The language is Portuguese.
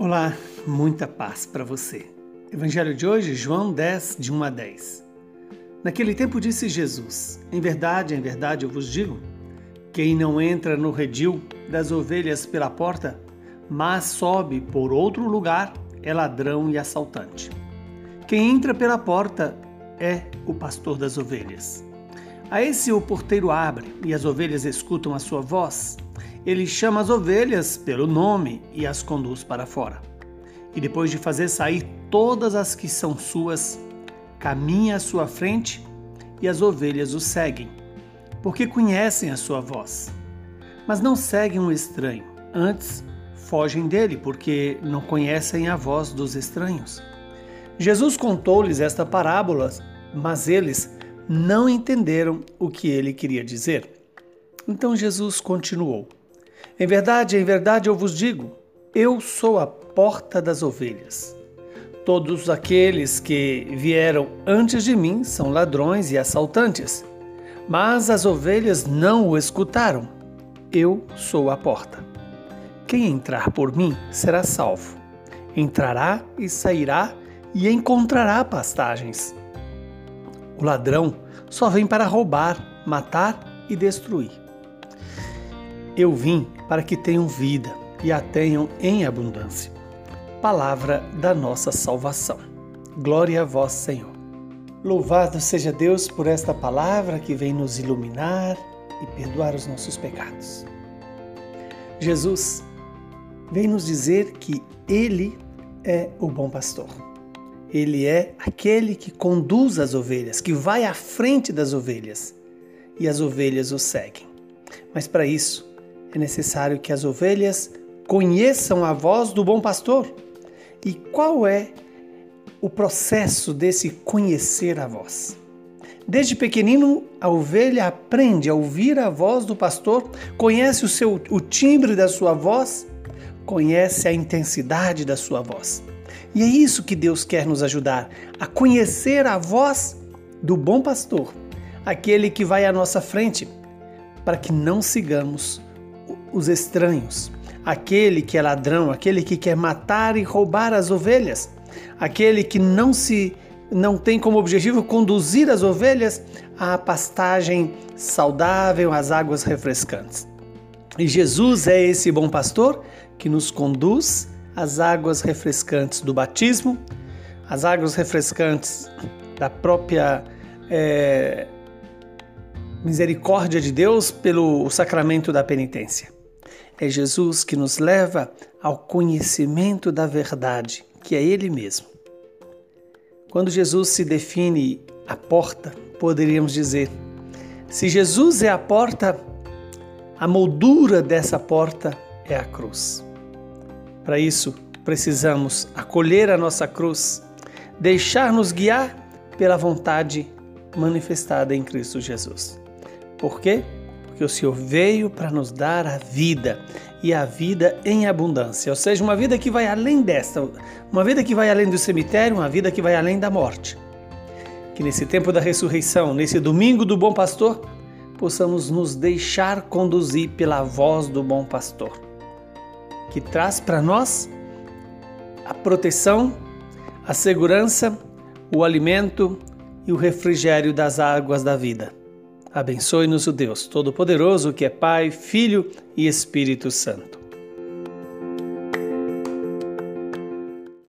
Olá, muita paz para você. Evangelho de hoje, João 10, de 1 a 10. Naquele tempo disse Jesus: em verdade, eu vos digo, quem não entra no redil das ovelhas pela porta, mas sobe por outro lugar, é ladrão e assaltante. Quem entra pela porta é o pastor das ovelhas. A esse o porteiro abre, e as ovelhas escutam a sua voz. Ele chama as ovelhas pelo nome e as conduz para fora. E depois de fazer sair todas as que são suas, caminha à sua frente e as ovelhas o seguem, porque conhecem a sua voz. Mas não seguem um estranho, antes fogem dele, porque não conhecem a voz dos estranhos. Jesus contou-lhes esta parábola, mas eles não entenderam o que ele queria dizer. Então Jesus continuou: em verdade, eu vos digo, eu sou a porta das ovelhas. Todos aqueles que vieram antes de mim são ladrões e assaltantes, mas as ovelhas não o escutaram. Eu sou a porta. Quem entrar por mim será salvo. Entrará e sairá e encontrará pastagens. O ladrão só vem para roubar, matar e destruir. Eu vim para que tenham vida e a tenham em abundância. Palavra da nossa salvação. Glória a vós, Senhor. Louvado seja Deus por esta palavra que vem nos iluminar e perdoar os nossos pecados. Jesus vem nos dizer que Ele é o bom pastor. Ele é aquele que conduz as ovelhas, que vai à frente das ovelhas, e as ovelhas o seguem. Mas para isso, é necessário que as ovelhas conheçam a voz do bom pastor. E qual é o processo desse conhecer a voz? Desde pequenino, a ovelha aprende a ouvir a voz do pastor, conhece o timbre da sua voz, conhece a intensidade da sua voz. E é isso que Deus quer nos ajudar, a conhecer a voz do bom pastor, aquele que vai à nossa frente, para que não sigamos os estranhos, aquele que é ladrão, aquele que quer matar e roubar as ovelhas, aquele que não tem como objetivo conduzir as ovelhas à pastagem saudável, às águas refrescantes. E Jesus é esse bom pastor que nos conduz às águas refrescantes do batismo, às águas refrescantes da própria misericórdia de Deus pelo sacramento da penitência. É Jesus que nos leva ao conhecimento da verdade, que é Ele mesmo. Quando Jesus se define a porta, poderíamos dizer: se Jesus é a porta, a moldura dessa porta é a cruz. Para isso, precisamos acolher a nossa cruz, deixar-nos guiar pela vontade manifestada em Cristo Jesus. Por quê? Porque o Senhor veio para nos dar a vida, e a vida em abundância, ou seja, uma vida que vai além desta, uma vida que vai além do cemitério, uma vida que vai além da morte. Que nesse tempo da ressurreição, nesse domingo do bom pastor, possamos nos deixar conduzir pela voz do bom pastor, que traz para nós a proteção, a segurança, o alimento e o refrigério das águas da vida. Abençoe-nos o Deus Todo-Poderoso, que é Pai, Filho e Espírito Santo.